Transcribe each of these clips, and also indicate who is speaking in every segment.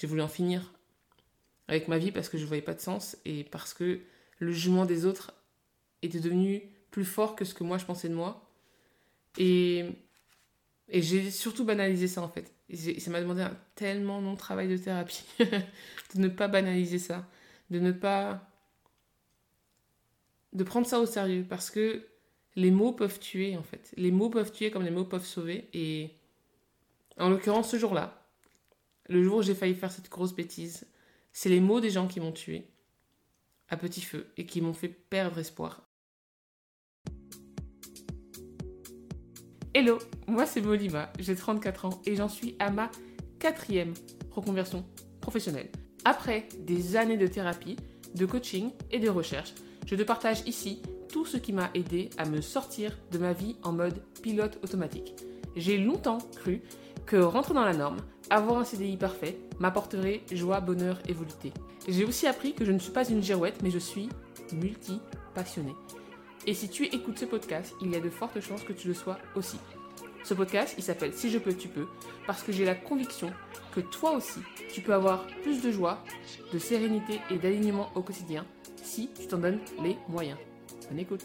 Speaker 1: J'ai voulu en finir avec ma vie parce que je ne voyais pas de sens et parce que le jugement des autres était devenu plus fort que ce que moi je pensais de moi. Et j'ai surtout banalisé ça en fait. Ça m'a demandé un tellement long travail de thérapie de ne pas banaliser ça, de prendre ça au sérieux parce que les mots peuvent tuer en fait. Les mots peuvent tuer comme les mots peuvent sauver. Et en l'occurrence, ce jour-là, le jour où j'ai failli faire cette grosse bêtise, c'est les mots des gens qui m'ont tué à petit feu et qui m'ont fait perdre espoir. Hello, moi c'est Molima, j'ai 34 ans et j'en suis à ma 4e reconversion professionnelle. Après des années de thérapie, de coaching et de recherche, je te partage ici tout ce qui m'a aidé à me sortir de ma vie en mode pilote automatique. J'ai longtemps cru que rentrer dans la norme, avoir un CDI parfait, m'apporterait joie, bonheur et volupté. J'ai aussi appris que je ne suis pas une girouette, mais je suis multi-passionnée. Et si tu écoutes ce podcast, il y a de fortes chances que tu le sois aussi. Ce podcast, il s'appelle Si je peux, tu peux, parce que j'ai la conviction que toi aussi, tu peux avoir plus de joie, de sérénité et d'alignement au quotidien si tu t'en donnes les moyens. Bonne écoute.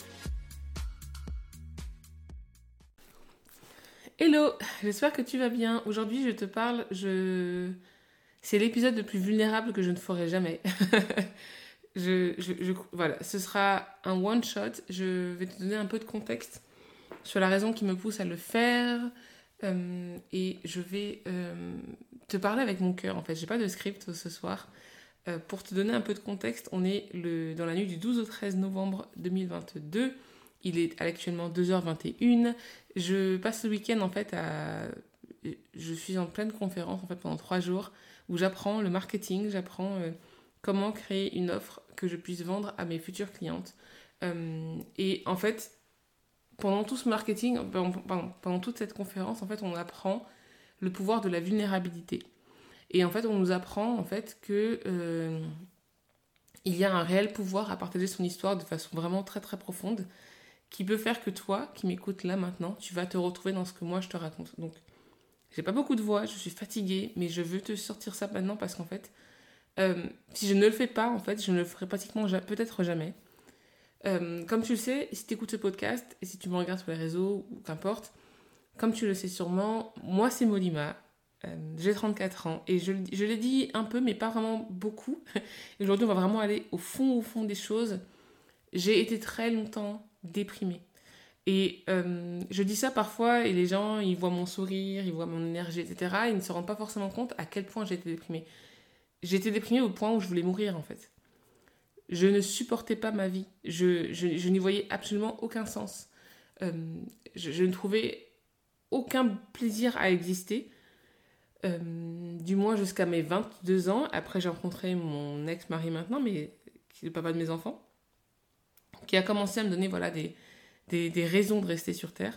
Speaker 1: Hello, j'espère que tu vas bien. Aujourd'hui, je te parle, c'est l'épisode le plus vulnérable que je ne ferai jamais. Voilà, ce sera un one-shot. Je vais te donner un peu de contexte sur la raison qui me pousse à le faire. Et je vais te parler avec mon cœur. En fait, j'ai pas de script ce soir. Pour te donner un peu de contexte, on est dans la nuit du 12 au 13 novembre 2022. Il est actuellement 2h21. Je passe le week-end en fait je suis en pleine conférence en fait pendant 3 jours où j'apprends le marketing, j'apprends comment créer une offre que je puisse vendre à mes futures clientes. Et en fait, pendant tout ce marketing, pendant toute cette conférence, en fait, on apprend le pouvoir de la vulnérabilité. Et en fait, on nous apprend en fait que il y a un réel pouvoir à partager son histoire de façon vraiment très très profonde qui peut faire que toi, qui m'écoutes là maintenant, tu vas te retrouver dans ce que moi je te raconte. Donc, j'ai pas beaucoup de voix, je suis fatiguée, mais je veux te sortir ça maintenant parce qu'en fait, si je ne le fais pas, en fait, je ne le ferai pratiquement peut-être jamais. Comme tu le sais, si tu écoutes ce podcast et si tu me regardes sur les réseaux ou qu'importe, comme tu le sais sûrement, moi c'est Molima, j'ai 34 ans et je l'ai dit un peu mais pas vraiment beaucoup. Et aujourd'hui on va vraiment aller au fond des choses. J'ai été très longtemps déprimée. Et je dis ça parfois et les gens ils voient mon sourire, ils voient mon énergie, etc. Ils ne se rendent pas forcément compte à quel point j'étais déprimée. J'étais déprimée au point où je voulais mourir en fait. Je ne supportais pas ma vie. Je n'y voyais absolument aucun sens. Je ne trouvais aucun plaisir à exister. Du moins jusqu'à mes 22 ans. Après, j'ai rencontré mon ex-mari maintenant, mais qui est le papa de mes enfants, qui a commencé à me donner voilà, des raisons de rester sur Terre.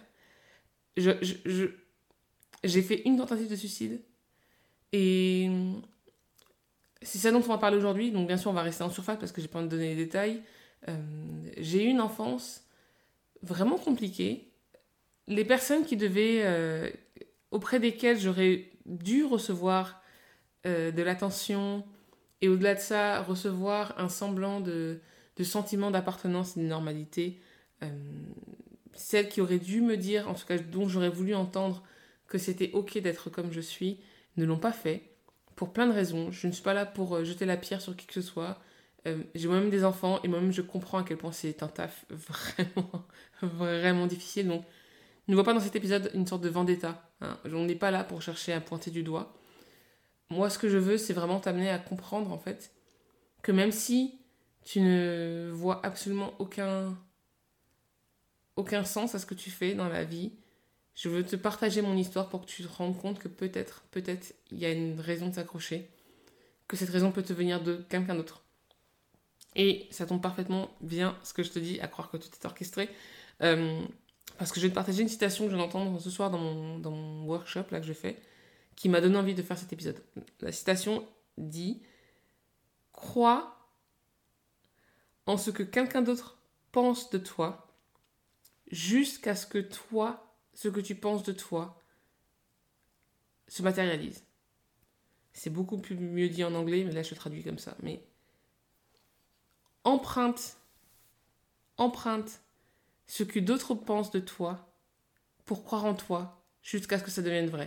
Speaker 1: J'ai fait une tentative de suicide. Et c'est ça dont on va parler aujourd'hui. Donc bien sûr, on va rester en surface parce que j'ai pas envie de donner les détails. J'ai eu une enfance vraiment compliquée. Les personnes qui devaient... auprès desquelles j'aurais dû recevoir de l'attention et au-delà de ça, recevoir un semblant de sentiment d'appartenance et de normalité. Celles qui auraient dû me dire, en tout cas dont j'aurais voulu entendre que c'était ok d'être comme je suis, ne l'ont pas fait. Pour plein de raisons. Je ne suis pas là pour jeter la pierre sur qui que ce soit. J'ai moi-même des enfants et moi-même je comprends à quel point c'est un taf vraiment, vraiment difficile. Donc, ne vois pas dans cet épisode une sorte de vendetta. Hein. On n'est pas là pour chercher à pointer du doigt. Moi, ce que je veux, c'est vraiment t'amener à comprendre, en fait, que même si tu ne vois absolument aucun sens à ce que tu fais dans la vie, je veux te partager mon histoire pour que tu te rendes compte que peut-être, il y a une raison de s'accrocher, que cette raison peut te venir de quelqu'un d'autre. Et ça tombe parfaitement bien, ce que je te dis, à croire que tout est orchestré. Parce que je vais te partager une citation que je viens d'entendre ce soir dans mon workshop là, que je fais, qui m'a donné envie de faire cet épisode. La citation dit « Crois en ce que quelqu'un d'autre pense de toi jusqu'à ce que toi, ce que tu penses de toi, se matérialise. » C'est beaucoup plus mieux dit en anglais, mais là je le traduis comme ça. Mais emprunte ce que d'autres pensent de toi pour croire en toi jusqu'à ce que ça devienne vrai.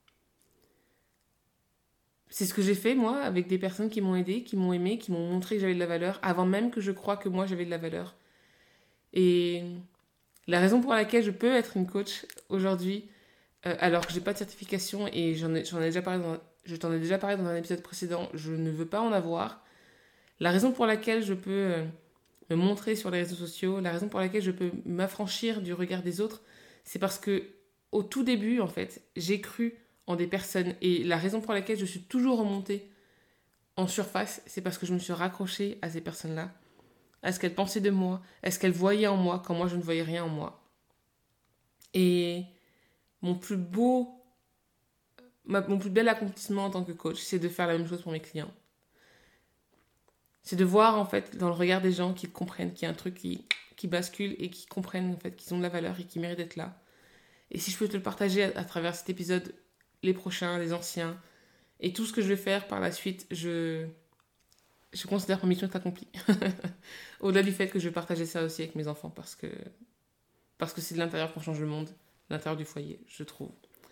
Speaker 1: C'est ce que j'ai fait, moi, avec des personnes qui m'ont aidé, qui m'ont aimé, qui m'ont montré que j'avais de la valeur, avant même que je croie que moi j'avais de la valeur. Et la raison pour laquelle je peux être une coach aujourd'hui, alors que j'ai pas de certification et je t'en ai déjà parlé dans un épisode précédent, je ne veux pas en avoir. La raison pour laquelle je peux me montrer sur les réseaux sociaux, la raison pour laquelle je peux m'affranchir du regard des autres, c'est parce que au tout début, en fait, j'ai cru en des personnes et la raison pour laquelle je suis toujours remontée en surface, c'est parce que je me suis raccrochée à ces personnes-là, à ce qu'elles pensaient de moi, à ce qu'elles voyaient en moi quand moi je ne voyais rien en moi. Et mon plus bel accomplissement en tant que coach, c'est de faire la même chose pour mes clients. C'est de voir en fait dans le regard des gens qu'ils comprennent qu'il y a un truc qui bascule et qui comprennent en fait qu'ils ont de la valeur et qui méritent d'être là. Et si je peux te le partager à travers cet épisode, les prochains, les anciens, et tout ce que je vais faire par la suite, je considère ma mission est accomplie. Au-delà du fait que je vais partager ça aussi avec mes enfants parce que c'est de l'intérieur qu'on change le monde, l'intérieur du foyer, je trouve.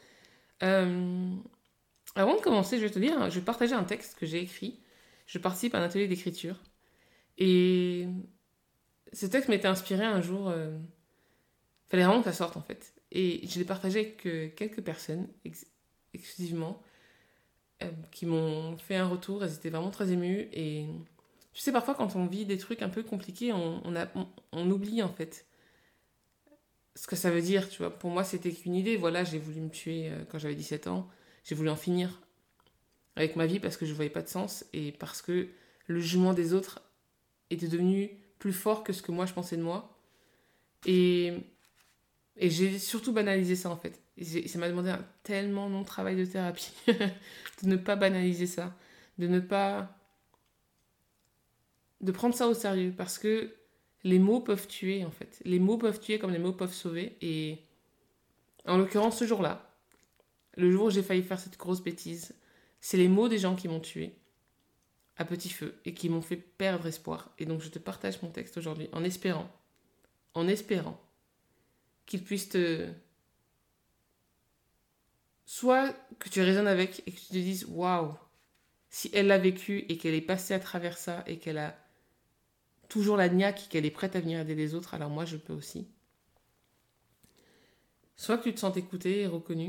Speaker 1: Avant de commencer, je vais partager un texte que j'ai écrit. Je participe à un atelier d'écriture. Et ce texte m'était inspiré un jour. Fallait vraiment que ça sorte en fait. Et je l'ai partagé avec quelques personnes, exclusivement, qui m'ont fait un retour. Elles étaient vraiment très émues. Et tu sais, parfois quand on vit des trucs un peu compliqués, on oublie en fait ce que ça veut dire, tu vois. Pour moi, c'était qu'une idée. Voilà, j'ai voulu me tuer quand j'avais 17 ans. J'ai voulu en finir avec ma vie parce que je ne voyais pas de sens et parce que le jugement des autres était devenu plus fort que ce que moi je pensais de moi. Et j'ai surtout banalisé ça en fait. Ça m'a demandé un tellement long travail de thérapie de ne pas banaliser ça, de prendre ça au sérieux parce que les mots peuvent tuer en fait. Les mots peuvent tuer comme les mots peuvent sauver. Et en l'occurrence, ce jour-là, le jour où j'ai failli faire cette grosse bêtise, c'est les mots des gens qui m'ont tué à petit feu et qui m'ont fait perdre espoir. Et donc je te partage mon texte aujourd'hui en espérant qu'il puisse te... Soit que tu résonnes avec et que tu te dises waouh, si elle l'a vécu et qu'elle est passée à travers ça et qu'elle a toujours la niaque et qu'elle est prête à venir aider les autres, alors moi je peux aussi. Soit que tu te sens écouté et reconnu.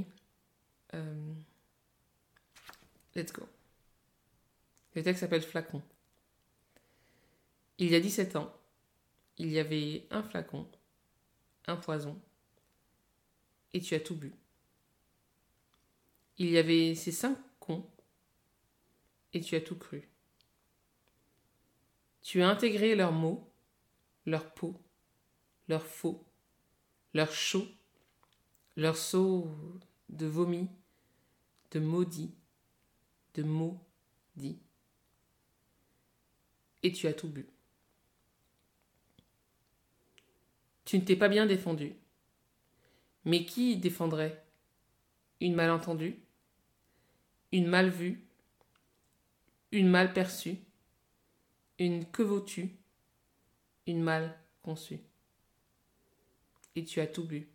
Speaker 1: Let's go. Le texte s'appelle Flacon. Il y a 17 ans, il y avait un flacon, un poison, et tu as tout bu. Il y avait ces 5 cons, et tu as tout cru. Tu as intégré leurs mots, leur peau, leur faux, leur chaud, leur seau de vomi, de maudit, de maudit. Et tu as tout bu. Tu ne t'es pas bien défendu. Mais qui défendrait? Une malentendue? Une mal vue? Une mal perçue? Une que vaut-tu? Une mal conçue. Et tu as tout bu.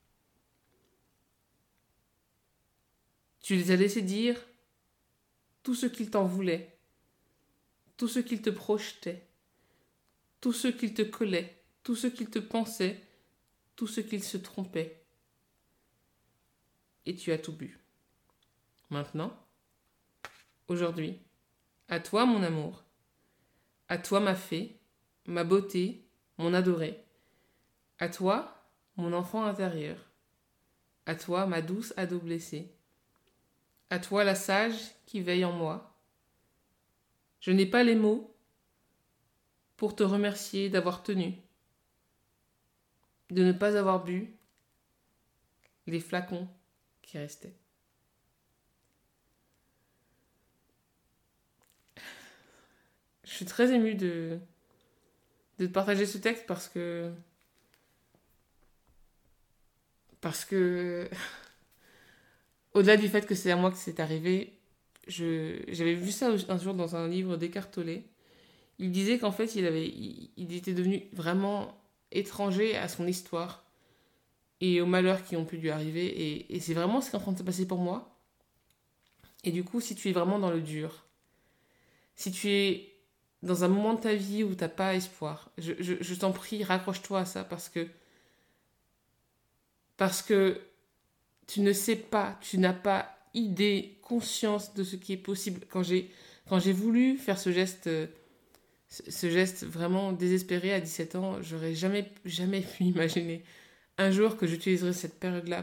Speaker 1: Tu les as laissés dire tout ce qu'ils t'en voulaient, tout ce qu'ils te projetaient, tout ce qu'ils te collaient, tout ce qu'ils te pensaient, tout ce qu'ils se trompaient. Et tu as tout bu. Maintenant, aujourd'hui, à toi mon amour, à toi ma fée, ma beauté, mon adoré, à toi mon enfant intérieur, à toi ma douce ado blessée, à toi la sage qui veille en moi. Je n'ai pas les mots pour te remercier d'avoir tenu, de ne pas avoir bu les flacons qui restaient. Je suis très émue de te partager ce texte parce que au-delà du fait que c'est à moi que c'est arrivé, j'avais vu ça un jour dans un livre d'Eckhart Tolle. Il disait qu'en fait, il était devenu vraiment étranger à son histoire et aux malheurs qui ont pu lui arriver. Et c'est vraiment ce qui est en train de se passer pour moi. Et du coup, si tu es vraiment dans le dur, si tu es dans un moment de ta vie où tu n'as pas espoir, je t'en prie, raccroche-toi à ça parce que tu ne sais pas, tu n'as pas idée, conscience de ce qui est possible. Quand j'ai voulu faire ce geste vraiment désespéré à 17 ans, j'aurais jamais pu imaginer un jour que j'utiliserais cette période-là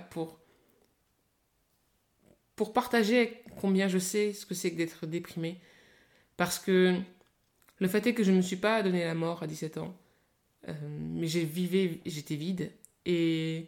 Speaker 1: pour partager combien je sais ce que c'est que d'être déprimé. Parce que le fait est que je ne me suis pas donné la mort à 17 ans, mais j'étais vide et,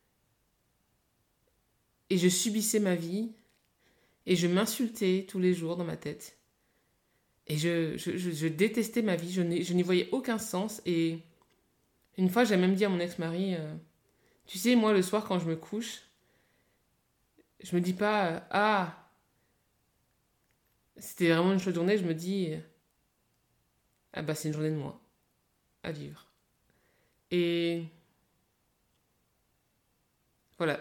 Speaker 1: et je subissais ma vie et je m'insultais tous les jours dans ma tête. Et je détestais ma vie, je n'y voyais aucun sens. Et une fois, j'ai même dit à mon ex-mari, tu sais, moi, le soir, quand je me couche, je me dis pas, ah, c'était vraiment une chouette journée, je me dis, ah bah c'est une journée de moins à vivre. Et voilà,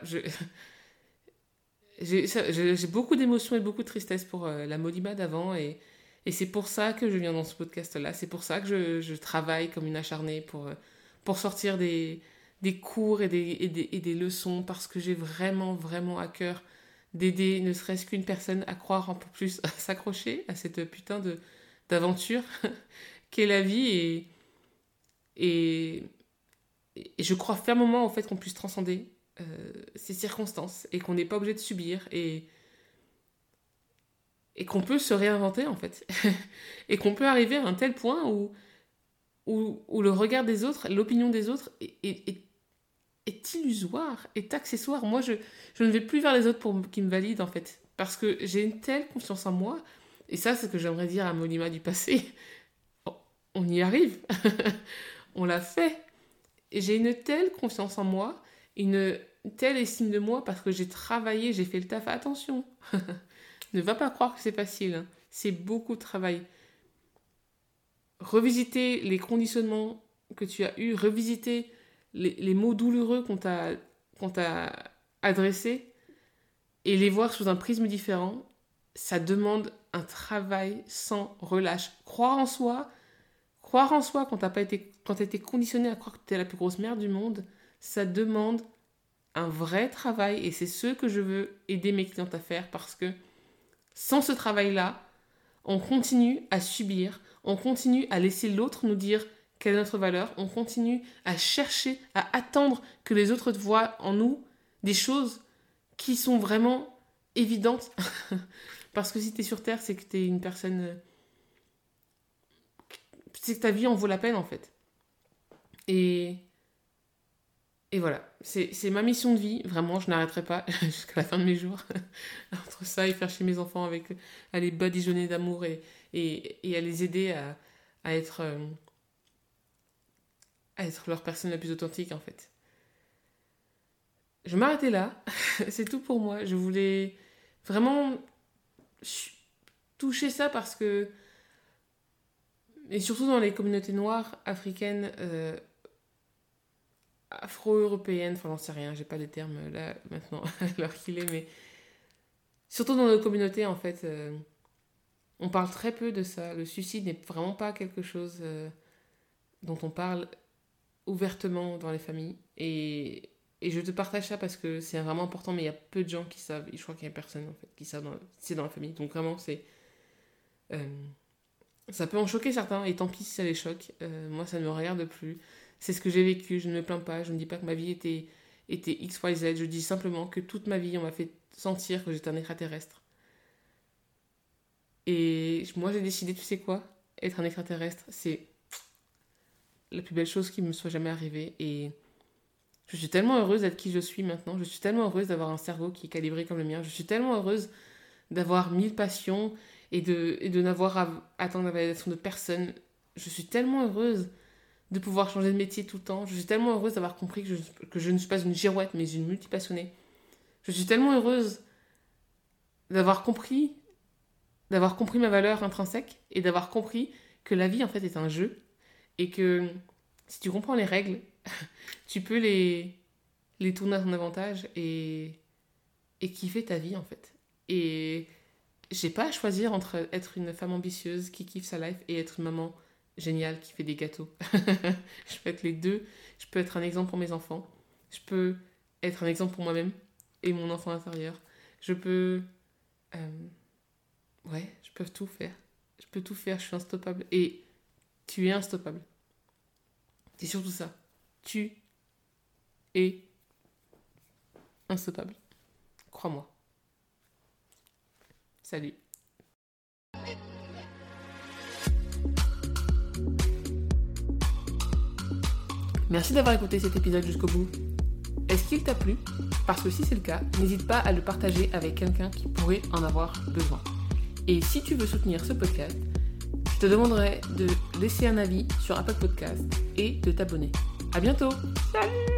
Speaker 1: j'ai beaucoup d'émotions et beaucoup de tristesse pour la Molima d'avant. Et c'est pour ça que je viens dans ce podcast-là. C'est pour ça que je travaille comme une acharnée pour sortir des cours et des leçons. Parce que j'ai vraiment, vraiment à cœur d'aider ne serait-ce qu'une personne à croire un peu plus, à s'accrocher à cette putain d'aventure qu'est la vie. Et, et je crois fermement au fait qu'on puisse transcender ces circonstances et qu'on n'est pas obligé de subir et qu'on peut se réinventer en fait. Et qu'on peut arriver à un tel point où le regard des autres, l'opinion des autres est illusoire, est accessoire. Moi, je ne vais plus vers les autres pour qu'ils me valident en fait. Parce que j'ai une telle confiance en moi. Et ça, c'est ce que j'aimerais dire à Molima du passé. On y arrive. On l'a fait. Et j'ai une telle confiance en moi, une telle estime de moi parce que j'ai travaillé, j'ai fait le taf. Attention, ne va pas croire que c'est facile. Hein. C'est beaucoup de travail. Revisiter les conditionnements que tu as eus, revisiter les mots douloureux qu'on t'a adressés et les voir sous un prisme différent, ça demande un travail sans relâche. Croire en soi quand t'as été conditionné à croire que t'es la plus grosse merde du monde, ça demande un vrai travail et c'est ce que je veux aider mes clientes à faire parce que sans ce travail-là, on continue à subir, on continue à laisser l'autre nous dire quelle est notre valeur, on continue à chercher, à attendre que les autres voient en nous des choses qui sont vraiment évidentes. Parce que si t'es sur Terre, c'est que t'es une personne... C'est que ta vie en vaut la peine en fait. Et, et voilà, c'est ma mission de vie, vraiment, je n'arrêterai pas jusqu'à la fin de mes jours. Entre ça et faire chez mes enfants, à les badigeonner d'amour et à les aider à être, à être leur personne la plus authentique en fait. Je vais m'arrêter là, c'est tout pour moi. Je voulais vraiment toucher ça parce que, et surtout dans les communautés noires, africaines, afro-européenne, enfin j'en sais rien, j'ai pas les termes là maintenant à l'heure qu'il est, mais surtout dans nos communautés en fait, on parle très peu de ça. Le suicide n'est vraiment pas quelque chose dont on parle ouvertement dans les familles et je te partage ça parce que c'est vraiment important, mais il y a peu de gens qui savent, et je crois qu'il y a personne en fait qui savent, c'est dans la famille, donc vraiment euh, ça peut en choquer certains et tant pis si ça les choque. Moi ça ne me regarde plus. C'est ce que j'ai vécu, je ne me plains pas, je ne dis pas que ma vie était X, Y, Z, je dis simplement que toute ma vie, on m'a fait sentir que j'étais un extraterrestre. Et moi, j'ai décidé, tu sais quoi? Être un extraterrestre, c'est la plus belle chose qui me soit jamais arrivée. Et je suis tellement heureuse d'être qui je suis maintenant, je suis tellement heureuse d'avoir un cerveau qui est calibré comme le mien, je suis tellement heureuse d'avoir 1000 passions et de n'avoir à attendre la validation de personne. Je suis tellement heureuse de pouvoir changer de métier tout le temps. Je suis tellement heureuse d'avoir compris que je ne suis pas une girouette, mais une multipassionnée. Je suis tellement heureuse d'avoir compris d'avoir compris ma valeur intrinsèque et d'avoir compris que la vie, en fait, est un jeu et que si tu comprends les règles, tu peux les tourner à ton avantage et kiffer ta vie, en fait. Et j'ai pas à choisir entre être une femme ambitieuse qui kiffe sa life et être une maman géniale qui fait des gâteaux. Je peux être les deux. Je peux être un exemple pour mes enfants. Je peux être un exemple pour moi-même et mon enfant intérieur. Je peux... je peux tout faire. Je peux tout faire, je suis instoppable. Et tu es instoppable. C'est surtout ça. Tu es instoppable. Crois-moi. Salut. Merci d'avoir écouté cet épisode jusqu'au bout. Est-ce qu'il t'a plu ? Parce que si c'est le cas, n'hésite pas à le partager avec quelqu'un qui pourrait en avoir besoin. Et si tu veux soutenir ce podcast, je te demanderai de laisser un avis sur Apple Podcast et de t'abonner. À bientôt. Salut!